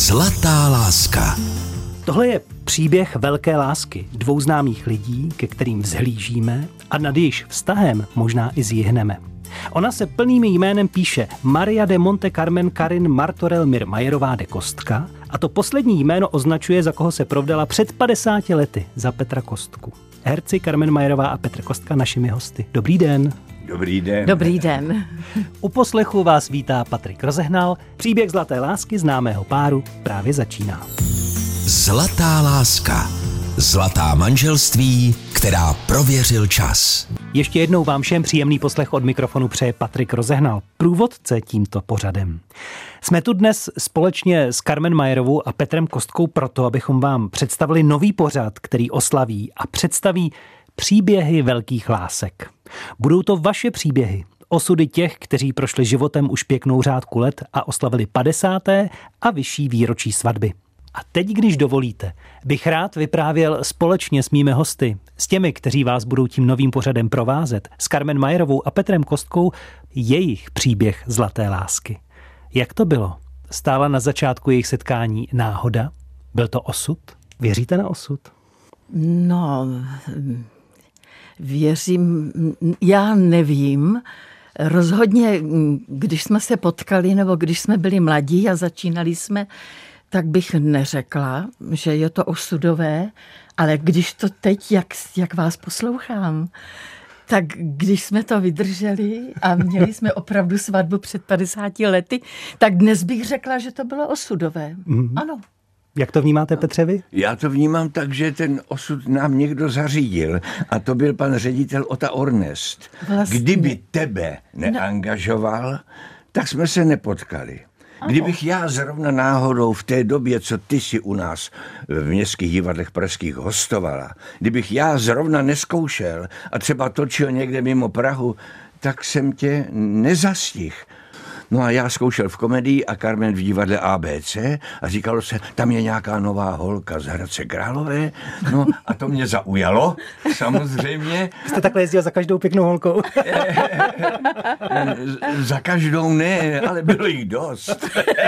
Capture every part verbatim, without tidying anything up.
Zlatá láska. Tohle je příběh velké lásky dvou známých lidí, ke kterým vzhlížíme a nad jejichž vztahem možná i zjihneme. Ona se plným jménem píše Maria de Monte Carmen Karin Martorell Mir Majerová de Kostka a to poslední jméno označuje, za koho se provdala před padesáti lety, za Petra Kostku. Herci Carmen Majerová a Petr Kostka našimi hosty. Dobrý den. Dobrý den. Dobrý den. U poslechu vás vítá Patrik Rozehnal. Příběh zlaté lásky známého páru právě začíná. Zlatá láska. Zlatá manželství, která prověřil čas. Ještě jednou vám všem příjemný poslech od mikrofonu přeje Patrik Rozehnal, průvodce tímto pořadem. Jsme tu dnes společně s Carmen Majerovou a Petrem Kostkou proto, abychom vám představili nový pořad, který oslaví a představí příběhy velkých lásek. Budou to vaše příběhy, osudy těch, kteří prošli životem už pěknou řádku let a oslavili padesáté a vyšší výročí svatby. A teď, když dovolíte, bych rád vyprávěl společně s mými hosty, s těmi, kteří vás budou tím novým pořadem provázet, s Carmen Majerovou a Petrem Kostkou, jejich příběh zlaté lásky. Jak to bylo? Stála na začátku jejich setkání náhoda? Byl to osud? Věříte na osud? No, věřím, já nevím. Rozhodně, když jsme se potkali, nebo když jsme byli mladí a začínali jsme, tak bych neřekla, že je to osudové, ale když to teď, jak, jak vás poslouchám, tak když jsme to vydrželi a měli jsme opravdu svatbu před padesáti lety, tak dnes bych řekla, že to bylo osudové. Mm-hmm. Ano. Jak to vnímáte, Petře, vy? Já to vnímám tak, že ten osud nám někdo zařídil a to byl pan ředitel Ota Ornest. Vlastně. Kdyby tebe neangažoval, no. tak jsme se nepotkali. Kdybych já zrovna náhodou v té době, co ty si u nás v městských divadlech pražských hostovala, kdybych já zrovna neskoušel a třeba točil někde mimo Prahu, tak jsem tě nezastihl. No a já zkoušel v komedii a Carmen v divadle A B C a říkalo se, tam je nějaká nová holka z Hradce Králové. No a to mě zaujalo, samozřejmě. Jste takhle jezdil za každou pěknou holkou? Za každou ne, ale bylo jich dost.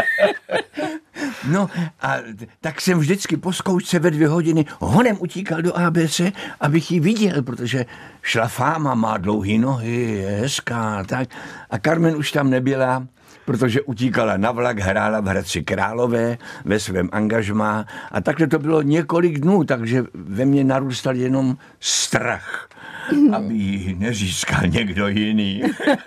No a tak jsem vždycky po zkoušce ve dvě hodiny honem utíkal do A B C, abych ji viděl, protože šla fáma, má dlouhé nohy, je hezká, tak. A Carmen už tam nebyla, protože utíkala na vlak, hrála v Hradci Králové ve svém angažmá a takhle to bylo několik dnů, takže ve mně narůstal jenom strach, aby ji nezískal někdo jiný.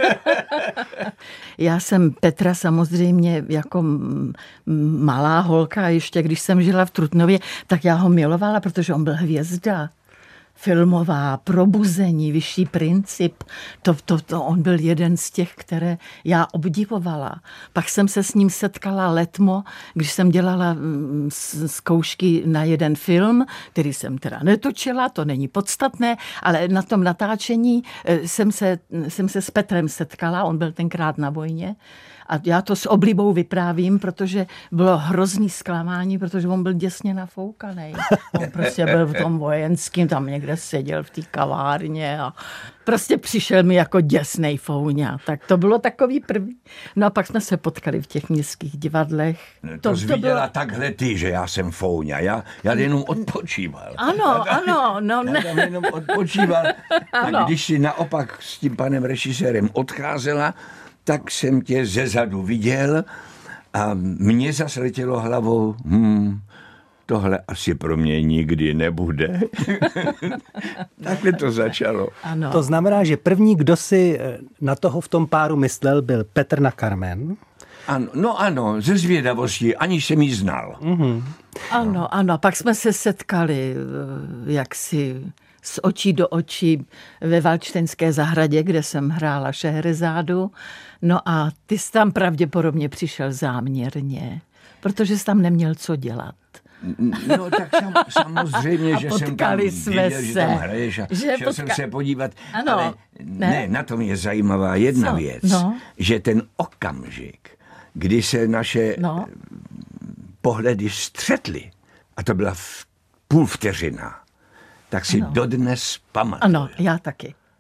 Já jsem Petra samozřejmě jako malá holka, ještě když jsem žila v Trutnově, tak já ho milovala, protože on byl hvězda. Filmová, Probuzení, Vyšší princip, to, to, to on byl jeden z těch, které já obdivovala. Pak jsem se s ním setkala letmo, když jsem dělala zkoušky na jeden film, který jsem teda netočila, to není podstatné, ale na tom natáčení jsem se, jsem se s Petrem setkala, on byl tenkrát na vojně. A já to s oblibou vyprávím, protože bylo hrozný zklamání, protože on byl děsně nafoukaný. On prostě byl v tom vojenském, tam někde seděl v té kavárně a prostě přišel mi jako děsnej fouňa. Tak to bylo takový první. No a pak jsme se potkali v těch městských divadlech. To, to jsi viděla bylo... takhle ty, že já jsem fouňa. Já, já jenom odpočíval. Ano, já ano. No, já tam jenom odpočíval. Ano. A když si naopak s tím panem režisérem odcházela, tak jsem tě zezadu viděl a mě zase letělo hlavou, hm, tohle asi pro mě nikdy nebude. Takhle to začalo. Ano. To znamená, že první, kdo si na toho v tom páru myslel, byl Petr na Carmen. Ano, no ano, ze zvědavosti, aniž jsem jí znal. Mm-hmm. Ano, ano, pak jsme se setkali jaksi z očí do očí ve Valčtenské zahradě, kde jsem hrála Šehrezádu. No a ty jsi tam pravděpodobně přišel záměrně, protože jsi tam neměl co dělat. No tak sam, samozřejmě, že jsem tam věděl, se. že tam hraješ a že šel potka... jsem se podívat. Ano, ale ne? ne, na tom je zajímavá jedna co? věc, No. že ten okamžik, kdy se naše no. pohledy střetly, a to byla v půl vteřina, tak si ano. dodnes pamatuju. Ano, já taky.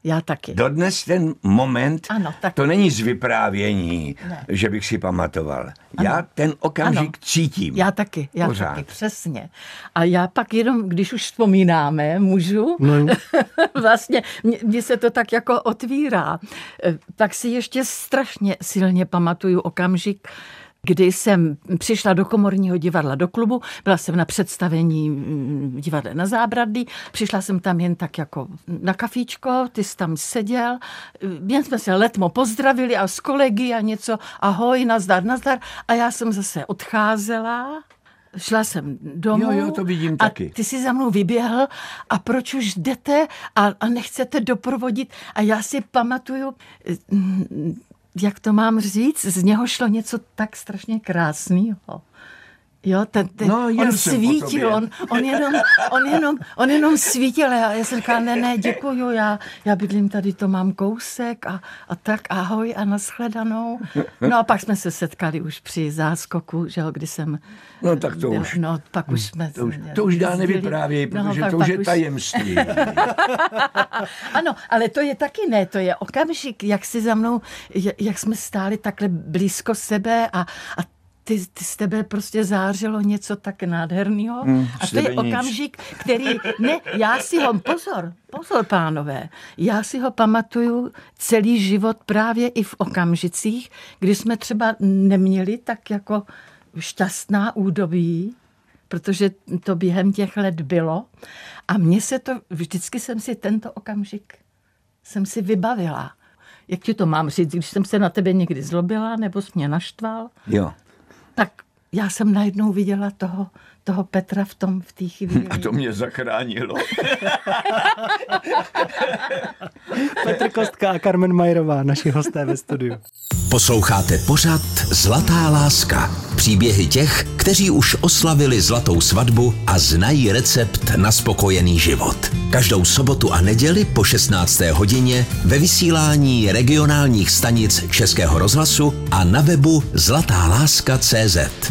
Já taky. Dodnes ten moment, ano, to není z vyprávění, ne. že bych si pamatoval. Ano. Já ten okamžik ano. cítím. Já taky, já Pořád. taky, přesně. A já pak jenom, když už vzpomínáme, můžu, no. vlastně mně se to tak jako otvírá. Tak si ještě strašně silně pamatuju okamžik, kdy jsem přišla do Komorního divadla do klubu, byla jsem na představení v divadle na Zábradlí, přišla jsem tam jen tak jako na kafíčko, ty jsi tam seděl, jen jsme se letmo pozdravili a s kolegy a něco, ahoj, nazdar, nazdar, a já jsem zase odcházela, šla jsem domů. Jo, jo, to vidím a taky. Ty si za mnou vyběhl a proč už jdete a, a nechcete doprovodit, a já si pamatuju, jak to mám říct, z něho šlo něco tak strašně krásného. Jo, ten, ten, no, on svítil, on, on, jenom, on, jenom, on jenom svítil a já jsem říkala, ne, ne, děkuju, já, já bydlím tady, to mám kousek a, a tak ahoj a nashledanou. No a pak jsme se setkali už při záskoku, že jo, kdy jsem... No tak to už... No, pak už jsme... To už, to už dál nevyprávěj, protože no, to už je už... tajemství. Ano, ale to je taky ne, to je okamžik, jak si za mnou, jak jsme stáli takhle blízko sebe a, a Ty, ty z tebe prostě zářilo něco tak nádherného. Mm, a to je okamžik, který... Ne, já si ho... Pozor, pozor, pánové. Já si ho pamatuju celý život právě i v okamžicích, kdy jsme třeba neměli tak jako šťastná údobí, protože to během těch let bylo. A mně se to... Vždycky jsem si tento okamžik jsem si vybavila. Jak ti to mám říct, když jsem se na tebe někdy zlobila, nebo jsi mě naštval? Jo. Tak já jsem najednou viděla toho, toho Petra v tom v té chvíli. A to mě zachránilo. Petr Kostka a Carmen Majerová, naši hosté ve studiu. Posloucháte pořad Zlatá láska. Příběhy těch, kteří už oslavili zlatou svatbu a znají recept na spokojený život. Každou sobotu a neděli po šestnácté hodině ve vysílání regionálních stanic Českého rozhlasu a na webu zlatá láska tečka cé zet.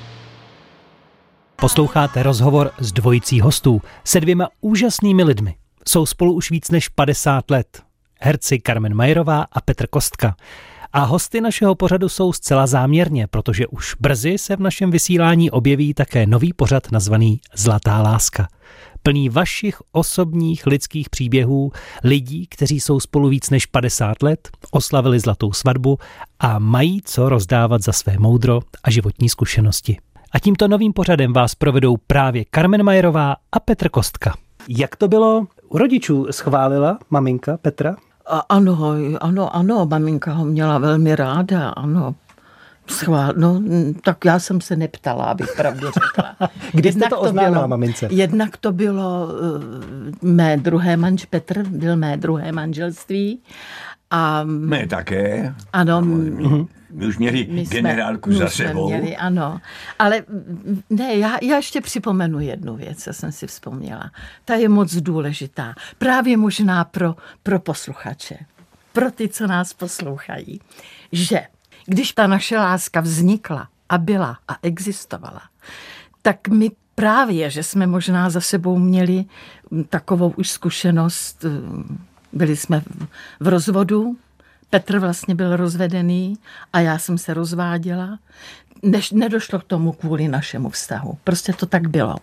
Posloucháte rozhovor s dvojicí hostů, se dvěma úžasnými lidmi. Jsou spolu už víc než padesát let. Herci Carmen Majerová a Petr Kostka. A hosty našeho pořadu jsou zcela záměrně, protože už brzy se v našem vysílání objeví také nový pořad nazvaný Zlatá láska. Plný vašich osobních lidských příběhů, lidí, kteří jsou spolu víc než padesát let, oslavili zlatou svatbu a mají co rozdávat za své moudro a životní zkušenosti. A tímto novým pořadem vás provedou právě Carmen Majerová a Petr Kostka. Jak to bylo u rodičů? Schválila maminka Petra? A ano, ano, ano, maminka ho měla velmi ráda, ano. Schvál, no, tak já jsem se neptala, abych pravdu řekla. Kdy jste to oznámila mamince? Jednak to bylo uh, mé druhé manželství, Petr byl mé druhé manželství. A, mé také. Ano. My, my už měli my generálku jsme, za my sebou. Jsme měli, ano. Ale ne, já, já ještě připomenu jednu věc, co jsem si vzpomněla. Ta je moc důležitá. Právě možná pro, pro posluchače. Pro ty, co nás poslouchají. Že když ta naše láska vznikla a byla a existovala, tak my právě, že jsme možná za sebou měli takovou už zkušenost, byli jsme v rozvodu, Petr vlastně byl rozvedený a já jsem se rozváděla. Než nedošlo k tomu kvůli našemu vztahu. Prostě to tak bylo.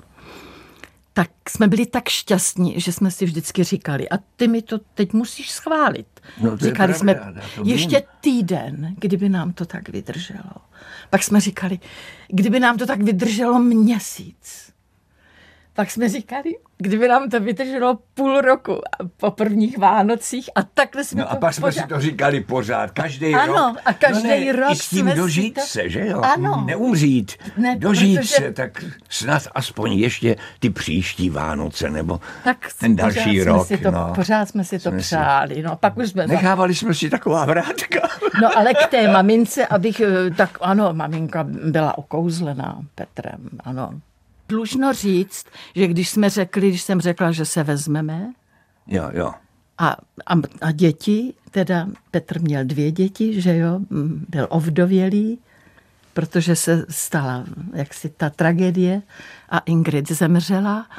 Tak jsme byli tak šťastní, že jsme si vždycky říkali, a ty mi to teď musíš schválit. No, říkali jsme, to ještě vím. týden, kdyby nám to tak vydrželo. Pak jsme říkali, kdyby nám to tak vydrželo měsíc. Pak jsme říkali, kdyby nám to vydrželo půl roku po prvních Vánocích a takhle jsme no to a pak jsme pořád... si to říkali pořád, každý ano, rok. Ano, a každý no ne, rok i s tím jsme dožít to... se, že jo? Ano. Neumřít, ne, dožít protože... se, tak snad aspoň ještě ty příští Vánoce, nebo tak ten další pořád rok. Jsme si to, no. Pořád jsme si to jsme přáli, si... no pak už jsme... Nechávali jsme si taková vrátka. No ale k té mamince, abych, tak ano, maminka byla okouzlená Petrem, ano. Dlužno říct, že když jsme řekli, když jsem řekla, že se vezmeme, jo, jo. A, a, a děti, teda Petr měl dvě děti, že jo, byl ovdovělý, protože se stala jaksi ta tragédie a Ingrid zemřela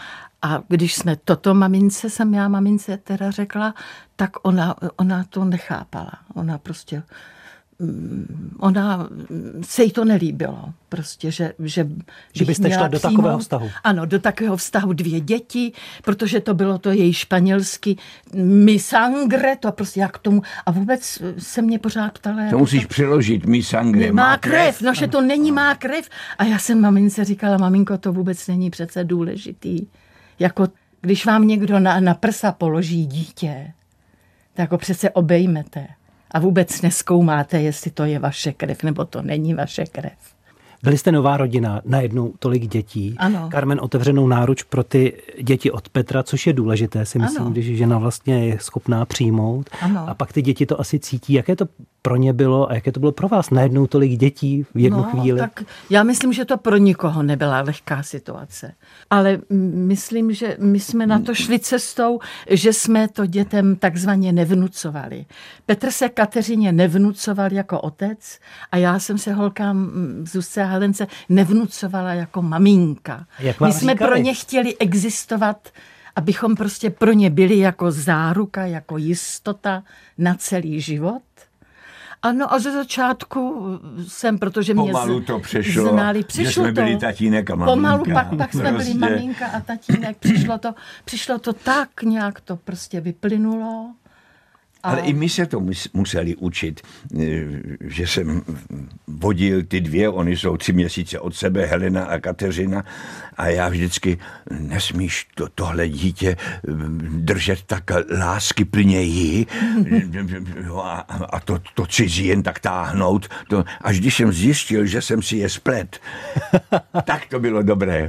A když jsme toto mamince, jsem já mamince teda řekla, tak ona, ona to nechápala. Ona prostě, ona se jí to nelíbilo. Prostě, že, že, že byste šla do přijmout, takového vztahu. Ano, do takového vztahu dvě děti, protože to bylo to její španělsky mi sangre, to prostě jak tomu. A vůbec se mě pořád ptala. To musíš to přiložit, mi sangre, má, má krev. krev. No, že to není má krev. A já jsem mamince říkala, maminko, to vůbec není přece důležitý. Jako když vám někdo na, na prsa položí dítě, tak ho přece obejmete. A vůbec nezkoumáte, jestli to je vaše krev, nebo to není vaše krev. Byli jste nová rodina, najednou tolik dětí. Ano. Carmen otevřenou náruč pro ty děti od Petra, což je důležité, si myslím, ano. když žena vlastně je schopná přijmout. Ano. A pak ty děti to asi cítí. Jaké to pro ně bylo a jaké to bylo pro vás? Najednou tolik dětí v jednu no, chvíli. Tak já myslím, že to pro nikoho nebyla lehká situace. Ale myslím, že my jsme na to šli cestou, že jsme to dětem takzvaně nevnucovali. Petr se Kateřině nevnucoval jako otec a já jsem se holkám Zuzce a Helence nevnucovala jako maminka. My jsme říkali? pro ně chtěli existovat, abychom prostě pro ně byli jako záruka, jako jistota na celý život. Ano, a ze začátku jsem, protože mě pomalu to přešlo, znali, přišlo že jsme to. byli tatínek a maminka. Pomalu pak, pak jsme prostě. byli maminka a tatínek. Přišlo to, přišlo to tak, nějak to prostě vyplynulo. A... Ale i my se to museli učit, že jsem vodil ty dvě, oni jsou tři měsíce od sebe, Helena a Kateřina, a já vždycky, nesmíš to, tohle dítě držet tak láskyplněji a, a to, to cizí jen tak táhnout. To, až když jsem zjistil, že jsem si je splet, tak to bylo dobré.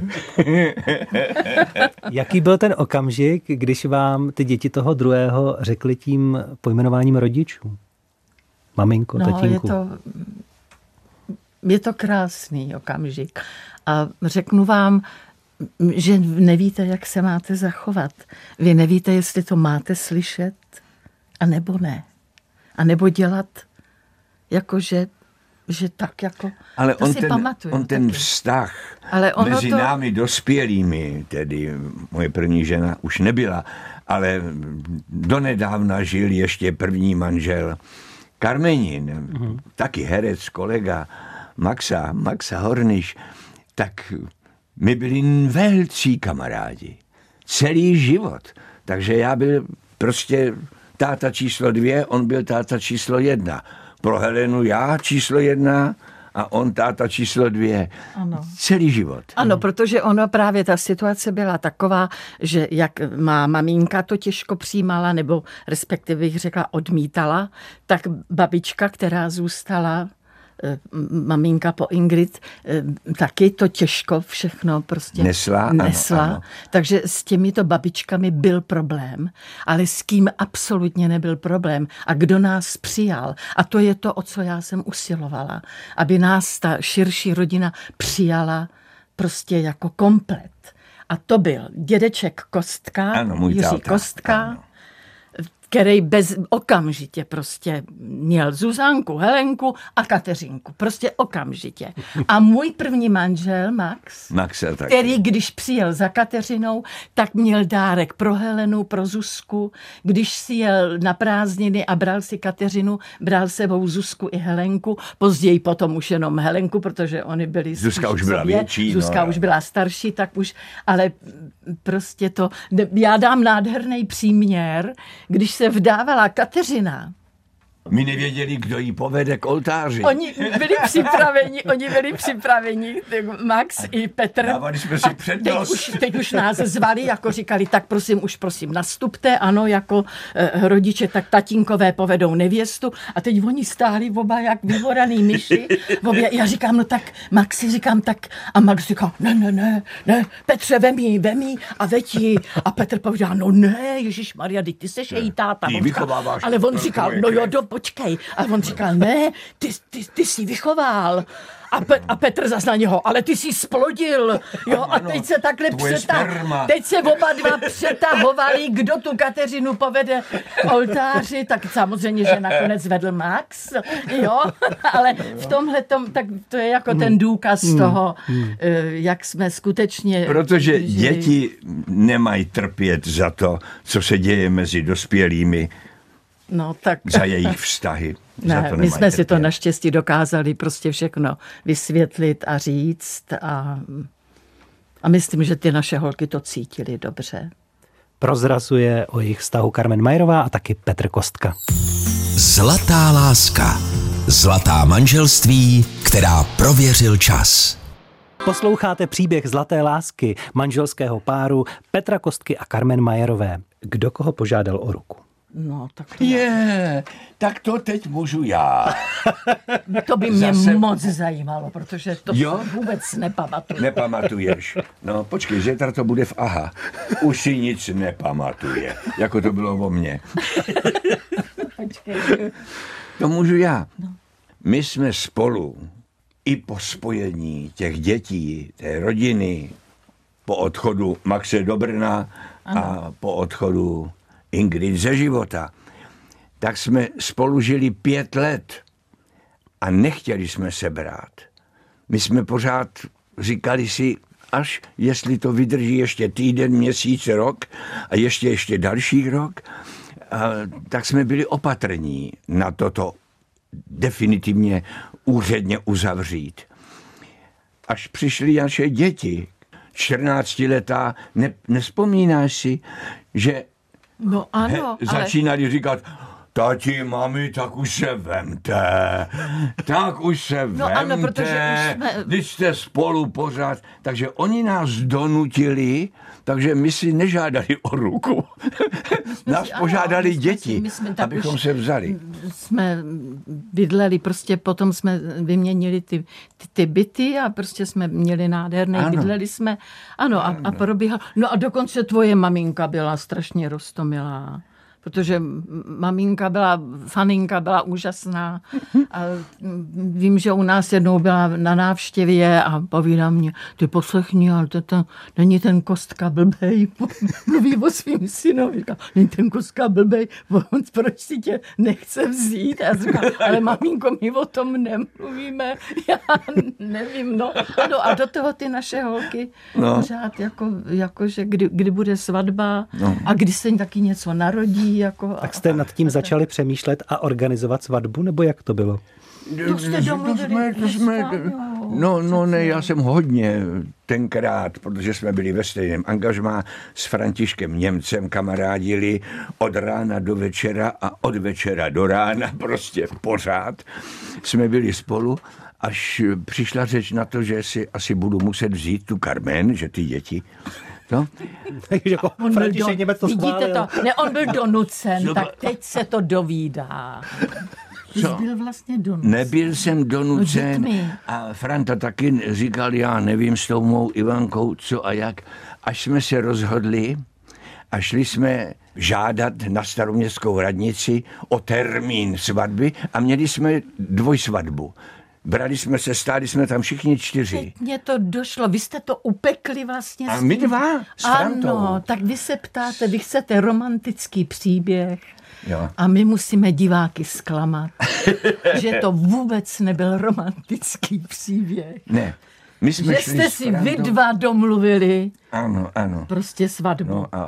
Jaký byl ten okamžik, když vám ty děti toho druhého řekli tím pojmenováním rodičů? Maminko, no, tatínku. Je to, je to krásný okamžik. A řeknu vám, že nevíte, jak se máte zachovat. Vy nevíte, jestli to máte slyšet, a nebo ne. A nebo dělat, jakože že tak jako, ale to on si ten, pamatuju. on ten taky. vztah ale mezi to... námi dospělými, tedy moje první žena už nebyla, ale donedávna žil ještě první manžel Karmenin, mm-hmm. taky herec, kolega Maxa, Maxa Horniš, tak my byli velcí kamarádi. Celý život. Takže já byl prostě táta číslo dvě, on byl táta číslo jedna. Pro Helenu já číslo jedna a on táta číslo dvě. Ano. Celý život. Ano, protože ono právě ta situace byla taková, že jak má maminka to těžko přijímala, nebo respektive bych řekla odmítala, tak babička, která zůstala, maminka po Ingrid, taky to těžko všechno prostě nesla. nesla. Ano, ano. Takže s těmito babičkami byl problém, ale s kým absolutně nebyl problém a kdo nás přijal. A to je to, o co já jsem usilovala. Aby nás ta širší rodina přijala prostě jako komplet. A to byl dědeček Kostka, ano, můj Jiří táta. Kostka, Ano. který bez okamžitě prostě měl Zuzánku, Helenku a Kateřinku. Prostě okamžitě. A můj první manžel, Max, Maxa, který když přijel za Kateřinou, tak měl dárek pro Helenu, pro Zuzku. Když si jel na prázdniny a bral si Kateřinu, bral sebou Zuzku i Helenku. Později potom už jenom Helenku, protože oni byli... Zuzka už byla sobě. větší. Zuzka no, už byla starší, tak už... Ale prostě to... Já dám nádherný příměr, když se vdávala Kateřina. My nevěděli, kdo jí povede k oltáři. Oni byli připraveni, oni byli připraveni, Max i Petr. Dávali jsme si přednost. Teď už, teď už nás zvali, jako říkali, tak prosím, už prosím nastupte, ano, jako eh, rodiče, tak tatínkové povedou nevěstu. A teď oni stáli oba jak vyvoraný myši. Obě, já říkám, no tak Maxi, říkám tak. A Max říká, ne, ne, ne, ne, Petře, vem jí, vem jí a veď jí. A Petr povídá, no ne, ježišmarja, ty seš její táta. Ty On říká, vychováváš. ale on říkal, no jo, do, počkej. A on říkal, ne, ty, ty, ty jsi vychoval. A, Pe- a Petr zas na něho, ale ty jsi splodil. Jo, a teď se takhle přetah... Teď se oba dva přetahovali, kdo tu Kateřinu povede k oltáři, tak samozřejmě, že nakonec vedl Max, jo, ale v tomhletom, tak to je jako ten důkaz toho, jak jsme skutečně... Protože děti nemají trpět za to, co se děje mezi dospělými, no, tak... za jejich vztahy. Ne, my jsme si to naštěstí dokázali prostě všechno vysvětlit a říct a, a myslím, že ty naše holky to cítily dobře. Prozrazuje o jejich vztahu Carmen Majerová a taky Petr Kostka. Zlatá láska. Zlatá manželství, která prověřil čas. Posloucháte příběh zlaté lásky manželského páru Petra Kostky a Carmen Majerové. Kdo koho požádal o ruku? No, tak to... Je, yeah, tak to teď můžu já. To by mě Zase... moc zajímalo, protože to jo? vůbec nepamatuju. Nepamatuješ. No, počkej, zítra to bude v aha. Už si nic nepamatuje, jako to bylo o mně. Počkej. To můžu já. My jsme spolu i po spojení těch dětí, té rodiny, po odchodu Maxe do Brna a po odchodu Ingrid ze života, tak jsme spolu žili pět let a nechtěli jsme se brát. My jsme pořád říkali si, až jestli to vydrží ještě týden, měsíc, rok a ještě ještě další rok, a, tak jsme byli opatrní na toto definitivně úředně uzavřít. Až přišly naše děti, čtrnáctiletá, ne, nespomínáš si, že no ano, He, začínali ale... říkat, tati, mami, tak už se vemte, tak už se no vemte, ano, protože už jsme... když jste spolu pořád. Takže oni nás donutili, takže my si nežádali o ruku. Nás si, požádali ano, děti, si, jsme, abychom se vzali. Jsme bydleli, prostě potom jsme vyměnili ty, ty, ty byty a prostě jsme měli nádherné, ano. Bydleli jsme, ano, ano. A, a probíhal. No a dokonce tvoje maminka byla strašně roztomilá. Protože maminka byla, faninka byla úžasná a vím, že u nás jednou byla na návštěvě a povídá mě, ty poslechni, ale to, to není ten Kostka blbej, mluví o svým synovi, říká, není ten Kostka blbej, proč si tě nechce vzít? A já říkám, ale maminko, my o tom nemluvíme, já nevím, no. no a do toho ty naše holky no. Pořád jako, jako že kdy, kdy bude svatba no. A kdy se taky něco narodí. Jako, tak jste nad tím začali přemýšlet a organizovat svatbu, nebo jak to bylo? To jste domluvili. To jsme, to jsme, no, no ne, já jsem hodně tenkrát, protože jsme byli ve stejném angažmá s Františkem Němcem, kamarádili od rána do večera a od večera do rána, prostě pořád jsme byli spolu, až přišla řeč na to, že si asi budu muset vzít tu Carmen, že ty děti... No. Takže jako František Němec to vidíte to? Ne, on byl donucen, tak teď se to dovídá. Ty jsi byl vlastně donucen. Nebyl jsem donucen a Franta taky říkal, já nevím s tou mou Ivankou, co a jak. Až jsme se rozhodli a šli jsme žádat na staroměstskou radnici o termín svatby a měli jsme dvojsvatbu. Brali jsme se, stáli jsme tam všichni čtyři. Teď mě to došlo, vy jste to upekli vlastně. A my dva s Frantou. Ano, tak vy se ptáte, vy chcete romantický příběh jo. A my musíme diváky zklamat, že to vůbec nebyl romantický příběh. Ne. My jsme že jste si vy dva domluvili ano, ano. prostě svatbu. No a, a,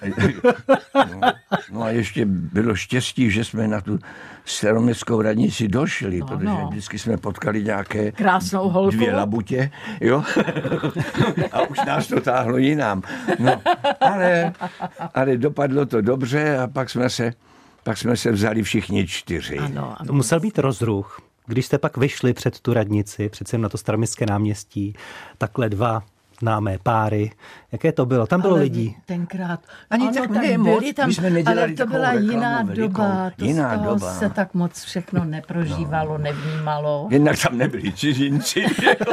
a, no, no a ještě bylo štěstí, že jsme na tu staroměstskou radnici došli, no, protože no. Vždycky jsme potkali nějaké krásnou holku. Dvě labutě, jo? A už nás to táhlo jinam. No, ale, ale dopadlo to dobře a pak jsme se, pak jsme se vzali všichni čtyři. Ano, ano. To musel být rozruch. Když jste pak vyšli před tu radnici, přece na to Staroměstské náměstí, takhle dva známé páry. Jaké to bylo? Tam bylo ale lidí. Tenkrát. Ani ano, tak tak ne byli tam, ale to byla jiná doba. To jiná z toho doba. se tak moc všechno neprožívalo, no. Nevnímalo. Jednak tam nebyli cizinci.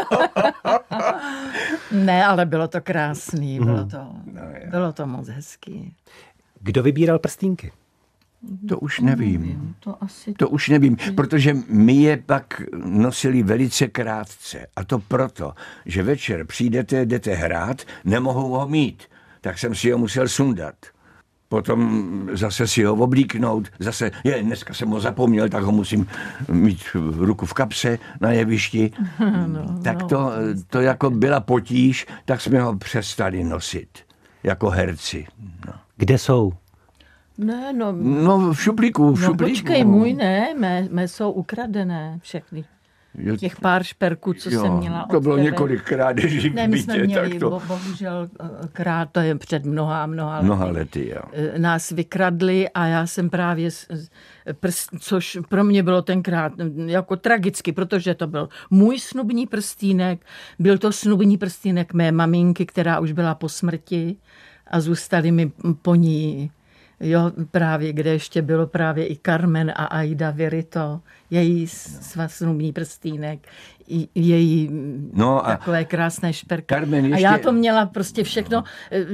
Ne, ale bylo to krásný. Bylo to, bylo to moc hezký. Kdo vybíral prstínky? To už nevím. nevím. To, asi... to už nevím, protože my je pak nosili velice krátce. A to proto, že večer přijdete, jdete hrát, nemohou ho mít. Tak jsem si ho musel sundat. Potom zase si ho oblíknout, zase, je, dneska jsem ho zapomněl, tak ho musím mít ruku v kapse na jevišti. No, tak to, to jako byla potíž, tak jsme ho přestali nosit jako herci. No. Kde jsou? Ne, no... No v šuplíku, v no, šuplíku. Počkej, můj ne, mé, mé jsou ukradené všechny. Těch pár šperků, co jo, jsem měla od to bylo tebe. několik krádeží v Ne, my jsme bytě, měli, tak to... bo, bohužel krát, to je před mnoha, mnoha lety. Mnoha lety, jo. Nás vykradli a já jsem právě, prst, což pro mě bylo tenkrát jako tragicky, protože to byl můj snubní prstínek, byl to snubní prstínek mé maminky, která už byla po smrti a zůstali mi po ní. Jo, právě, kde ještě bylo právě i Carmen a Aida Virito, její svasnubní prstínek, její no a takové krásné šperky. Ještě... A já to měla prostě všechno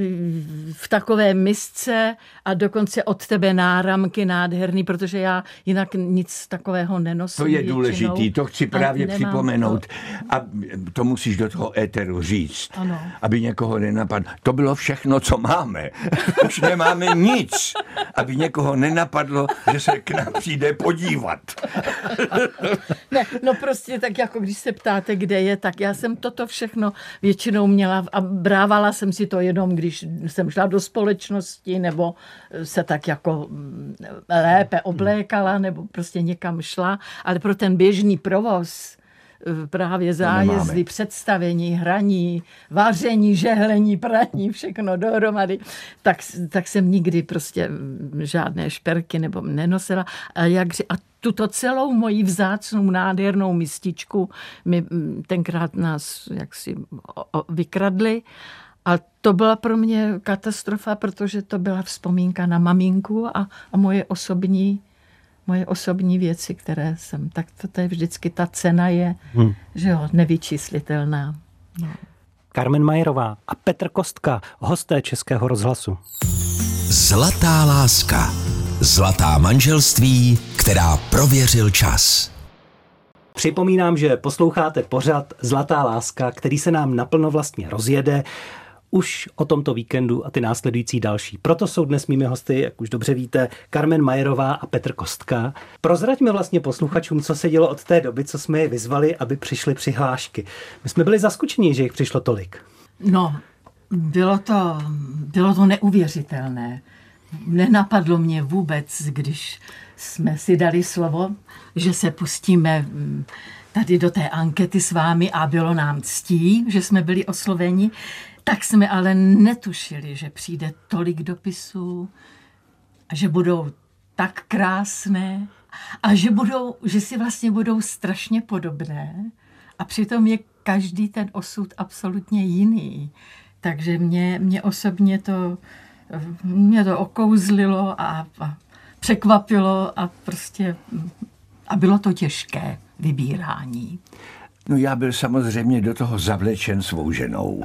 v takové misce a dokonce od tebe náramky nádherný, protože já jinak nic takového nenosím. To je většinou. důležitý, to chci právě připomenout. To... A to musíš do toho éteru říct, ano. Aby někoho nenapadlo. To bylo všechno, co máme. Už nemáme nic, aby někoho nenapadlo, že se k nám přijde podívat. Ne, no prostě tak jako když se ptáte, kde je, tak já jsem toto všechno většinou měla a brávala jsem si to jenom, když jsem šla do společnosti nebo se tak jako lépe oblékala nebo prostě někam šla, ale pro ten běžný provoz právě zájezdy, představení, hraní, vaření, žehlení, praní, všechno dohromady, tak, tak jsem nikdy prostě žádné šperky nebo nenosila. A, jak, a tuto celou moji vzácnou, nádhernou mističku mi tenkrát nás jaksi vykradli. A to byla pro mě katastrofa, protože to byla vzpomínka na maminku a, a moje osobní moje osobní věci, které jsem, tak to, to je vždycky, ta cena je, hmm. že jo, nevyčíslitelná. No. Carmen Mayerová a Petr Kostka, hosté Českého rozhlasu. Zlatá láska. Zlatá manželství, která prověřil čas. Připomínám, že posloucháte pořad Zlatá láska, který se nám naplno vlastně rozjede už o tomto víkendu a ty následující další. Proto jsou dnes mými hosty, jak už dobře víte, Carmen Mayerová a Petr Kostka. Prozraďme vlastně posluchačům, co se dělo od té doby, co jsme je vyzvali, aby přišly přihlášky. My jsme byli zaskočeni, že jich přišlo tolik. No, bylo to, bylo to neuvěřitelné. Nenapadlo mě vůbec, když jsme si dali slovo, že se pustíme tady do té ankety s vámi a bylo nám ctí, že jsme byli osloveni. Tak jsme ale netušili, že přijde tolik dopisů a že budou tak krásné a že, budou, že si vlastně budou strašně podobné a přitom je každý ten osud absolutně jiný. Takže mě, mě osobně to, mě to okouzlilo a, a překvapilo a prostě a bylo to těžké vybírání. No já byl samozřejmě do toho zavlečen svou ženou.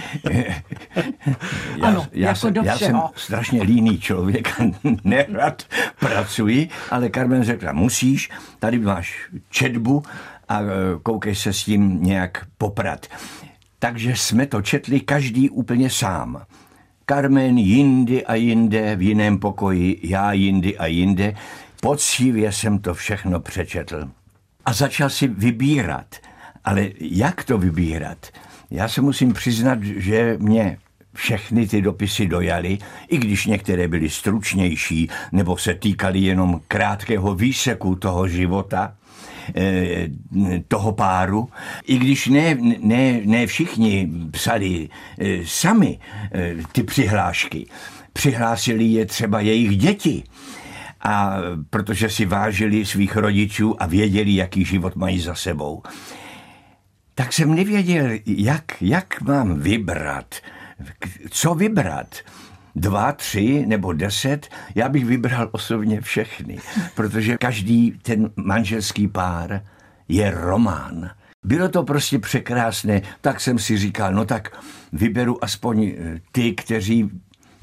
já, ano, já, jako jsem, do já jsem strašně líný člověk a nerad pracuji, ale Carmen řekla, musíš, tady máš četbu a koukej se s tím nějak poprat. Takže jsme to četli každý úplně sám. Carmen jindy a jinde v jiném pokoji, já jindy a jinde. Poctivě jsem to všechno přečetl. A začal si vybírat. Ale jak to vybírat? Já se musím přiznat, že mě všechny ty dopisy dojaly, i když některé byly stručnější, nebo se týkaly jenom krátkého výseku toho života, toho páru. I když ne, ne, ne všichni psali sami ty přihlášky. Přihlásili je třeba jejich děti. A protože si vážili svých rodičů a věděli, jaký život mají za sebou. Tak jsem nevěděl, jak, jak mám vybrat, co vybrat. Dva, tři nebo deset, já bych vybral osobně všechny, protože každý ten manželský pár je román. Bylo to prostě překrásné, tak jsem si říkal, no tak vyberu aspoň ty, kteří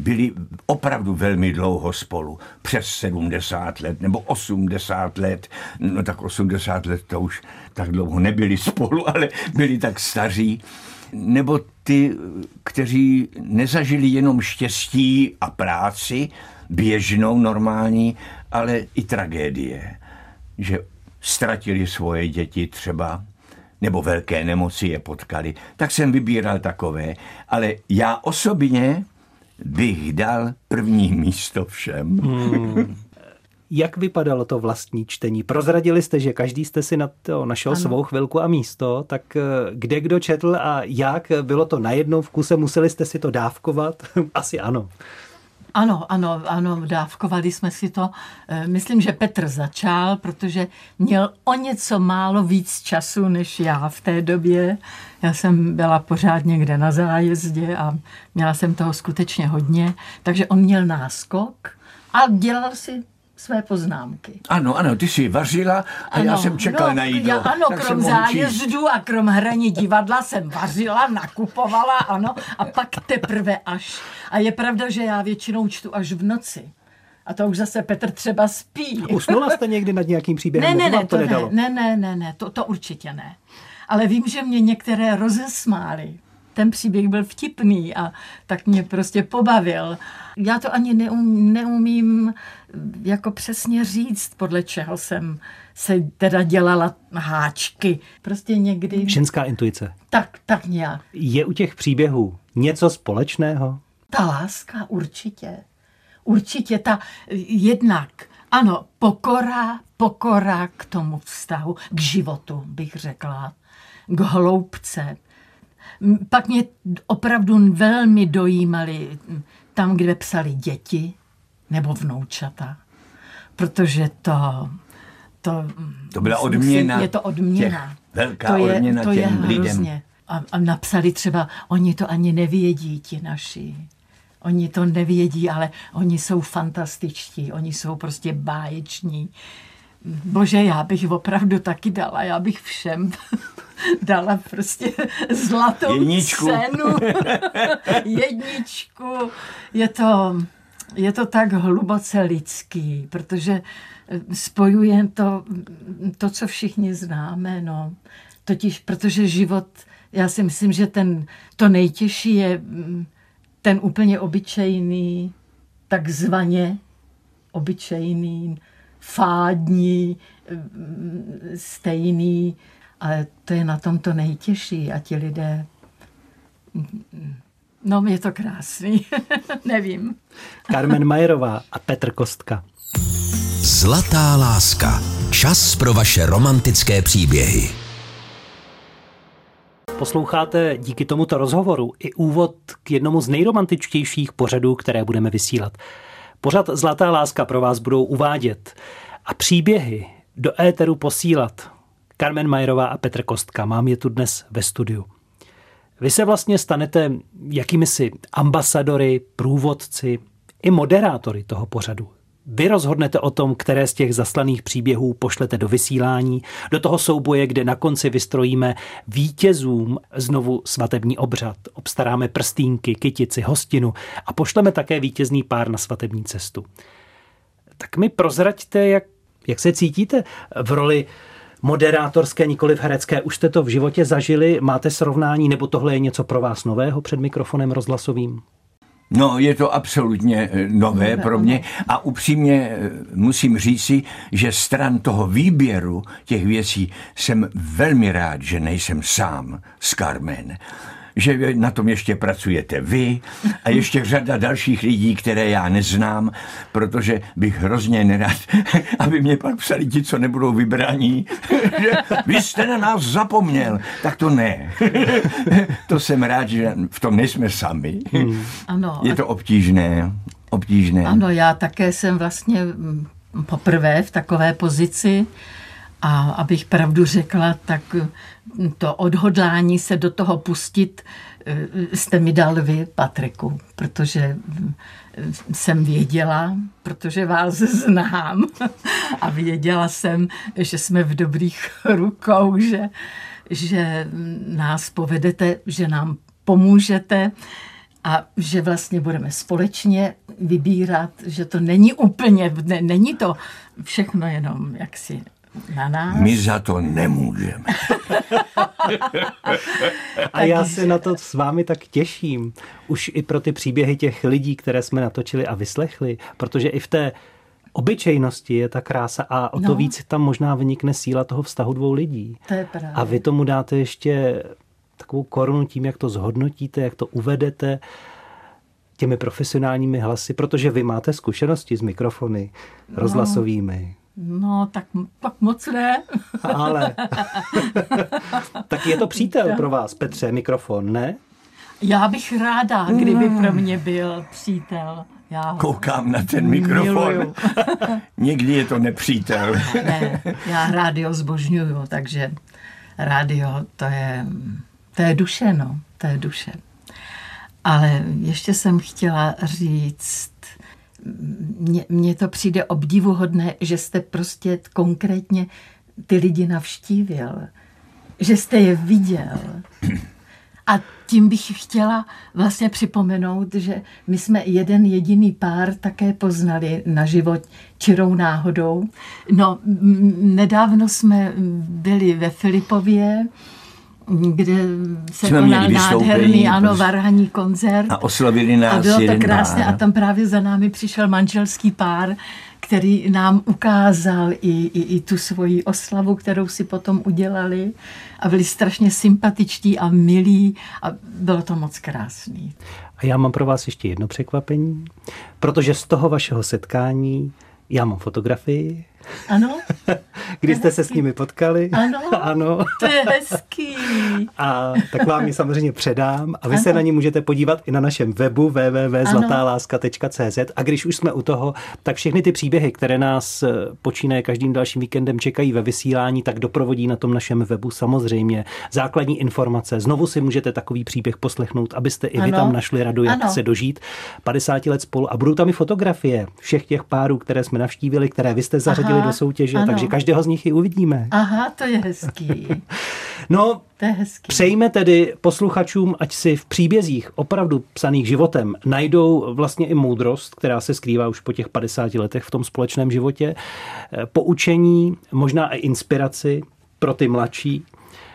byli opravdu velmi dlouho spolu. Přes sedmdesát let nebo osmdesát let. No tak osmdesát let to už tak dlouho nebyli spolu, ale byli tak staří. Nebo ty, kteří nezažili jenom štěstí a práci, běžnou, normální, ale i tragédie. Že ztratili svoje děti třeba, nebo velké nemoci je potkali. Tak jsem vybíral takové. Ale já osobně bych dal první místo všem. Hmm. Jak vypadalo to vlastní čtení? Prozradili jste, že každý jste si na to našel ano. svou chvilku a místo, tak kde kdo četl a jak? Bylo to najednou v kuse? Museli jste si to dávkovat? Asi ano. Ano, ano, ano, dávkovali jsme si to. Myslím, že Petr začal, protože měl o něco málo víc času než já v té době. Já jsem byla pořád někde na zájezdě a měla jsem toho skutečně hodně, takže on měl náskok a dělal si své poznámky. Ano, ano, ty jsi vařila a ano, já jsem čekal no, na jídlo. Já, ano, krom zájezdu a krom hraní divadla jsem vařila, nakupovala, ano, a pak teprve až. A je pravda, že já většinou čtu až v noci. A to už zase Petr třeba spí. Usnula jste někdy nad nějakým příběhem? Ne, ne, ne, to ne, ne, ne, ne, ne, to, to určitě ne. Ale vím, že mě některé rozesmály. Ten příběh byl vtipný a tak mě prostě pobavil. Já to ani neum, neumím jako přesně říct, podle čeho jsem se teda dělala háčky. Prostě někdy... Ženská intuice. Tak, tak nějak. Je u těch příběhů něco společného? Ta láska určitě. Určitě ta jednak, ano, pokora, pokora k tomu vztahu, k životu, bych řekla, k hloubce. Pak mě opravdu velmi dojímaly tam, kde psali děti nebo vnoučata, protože to... To, to byla odměna. Je to odměna. Těch, velká to je, odměna to těm je lidem. A, a napsali třeba, oni to ani nevědí, ti naši. Oni to nevědí, ale oni jsou fantastičtí, oni jsou prostě báječní. Bože, já bych opravdu taky dala, já bych všem dala prostě zlatou Jedničku. cenu. Jedničku. Je to, je to tak hluboce lidský, protože spojuje to, to, co všichni známe, no. Totiž, protože život, já si myslím, že ten, to nejtěžší je ten úplně obyčejný, takzvaně obyčejný, fádní, stejný, ale to je na tom to nejtěžší a ti lidé, no je to krásný, nevím. Carmen Mayerová a Petr Kostka. Zlatá láska. Čas pro vaše romantické příběhy. Posloucháte díky tomuto rozhovoru i úvod k jednomu z nejromantičtějších pořadů, které budeme vysílat. Pořad Zlatá láska pro vás budou uvádět a příběhy do éteru posílat Carmen Mayerová a Petr Kostka. Mám je tu dnes ve studiu. Vy se vlastně stanete jakýmisi ambasadory, průvodci i moderátory toho pořadu. Vy rozhodnete o tom, které z těch zaslaných příběhů pošlete do vysílání, do toho souboje, kde na konci vystrojíme vítězům znovu svatební obřad, obstaráme prstýnky, kytici, hostinu a pošleme také vítězný pár na svatební cestu. Tak mi prozraďte, jak, jak se cítíte v roli moderátorské, nikoliv herecké. Už jste to v životě zažili? Máte srovnání, nebo tohle je něco pro vás nového před mikrofonem rozhlasovým? No, je to absolutně nové pro mě a upřímně musím říci, že stran toho výběru těch věcí jsem velmi rád, že nejsem sám s Carmen. Že na tom ještě pracujete vy a ještě řada dalších lidí, které já neznám, protože bych hrozně nerad, aby mě pak psali ti, co nebudou vybraní, že vy jste na nás zapomněl. Tak to ne. To jsem rád, že v tom nejsme sami. Hmm. Ano. Je to obtížné. obtížné. Ano, já také jsem vlastně poprvé v takové pozici. A abych pravdu řekla, tak to odhodlání se do toho pustit jste mi dal vy, Patriku, protože jsem věděla, protože vás znám a věděla jsem, že jsme v dobrých rukou, že, že nás povedete, že nám pomůžete A že vlastně budeme společně vybírat, že to není úplně, ne, není to všechno jenom jaksi na nás. My za to nemůžeme. A já se na to s vámi tak těším. Už i pro ty příběhy těch lidí, které jsme natočili a vyslechli, protože i v té obyčejnosti je ta krása a o to no. víc tam možná vynikne síla toho vztahu dvou lidí. To je právě. A vy tomu dáte ještě takovou korunu tím, jak to zhodnotíte, jak to uvedete těmi profesionálními hlasy, protože vy máte zkušenosti s mikrofony no. rozhlasovými. No, tak, tak moc ne. Ale tak je to přítel pro vás, Petře, mikrofon, ne? Já bych ráda, kdyby pro mě byl přítel. Já koukám na ten mikrofon. Někdy je to nepřítel. Ne, já rádio zbožňuju, takže rádio to je, to je duše, no, to je duše. Ale ještě jsem chtěla říct, mně to přijde obdivuhodné, že jste prostě konkrétně ty lidi navštívil, že jste je viděl. A tím bych chtěla vlastně připomenout, že my jsme jeden jediný pár také poznali na život čirou náhodou. No, nedávno jsme byli ve Filipově, kde se jsme konal nádherný, ano, varhanní koncert. A oslavili nás. A bylo jeden to krásné pár. A tam právě za námi přišel manželský pár, který nám ukázal i, i, i tu svoji oslavu, kterou si potom udělali a byli strašně sympatičtí a milí a bylo to moc krásný. A já mám pro vás ještě jedno překvapení, protože z toho vašeho setkání já mám fotografii. Ano. Kdy jste se s nimi potkali. Ano, ano. To je hezký. A tak vám ji samozřejmě předám a vy ano. se na ní můžete podívat i na našem webu w w w tečka zlatá láska tečka c z. A když už jsme u toho, tak všechny ty příběhy, které nás počínaje každým dalším víkendem čekají ve vysílání, tak doprovodí na tom našem webu samozřejmě základní informace. Znovu si můžete takový příběh poslechnout, abyste i vy ano. tam našli radu, jak ano. se dožít padesát let spolu. A budou tam i fotografie všech těch párů, které jsme navštívili, které vy jste zařadili do soutěže, ano. takže každého z nich i uvidíme. Aha, to je hezký. No, to je hezký. Přejme tedy posluchačům, ať si v příbězích opravdu psaných životem najdou vlastně i moudrost, která se skrývá už po těch padesáti letech v tom společném životě, poučení, možná i inspiraci pro ty mladší.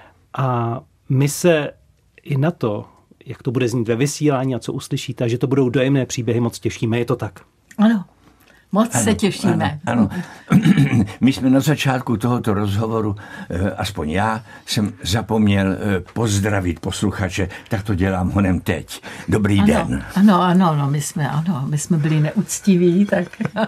A my se i na to, jak to bude znít ve vysílání a co uslyšíte, že to budou dojemné příběhy, moc těšíme. Je to tak? Ano. Moc ano, se těšíme. Ano, ano. My jsme na začátku tohoto rozhovoru, aspoň já, jsem zapomněl pozdravit posluchače, tak to dělám honem teď. Dobrý ano, den. Ano, ano, no, my jsme, ano, my jsme byli neúctiví, tak...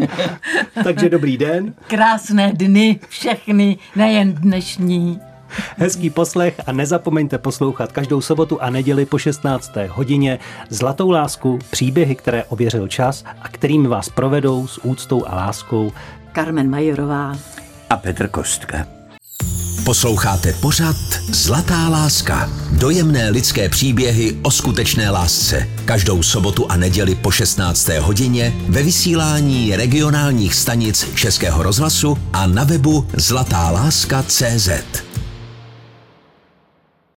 Takže dobrý den. Krásné dny, všechny, nejen dnešní. Hezký poslech a nezapomeňte poslouchat každou sobotu a neděli po šestnácté hodině Zlatou lásku, příběhy, které ověřil čas a kterými vás provedou s úctou a láskou Carmen Majerová a Petr Kostka. Posloucháte pořad Zlatá láska. Dojemné lidské příběhy o skutečné lásce. Každou sobotu a neděli po šestnácté hodině ve vysílání regionálních stanic Českého rozhlasu a na webu zlatá láska tečka cé zet.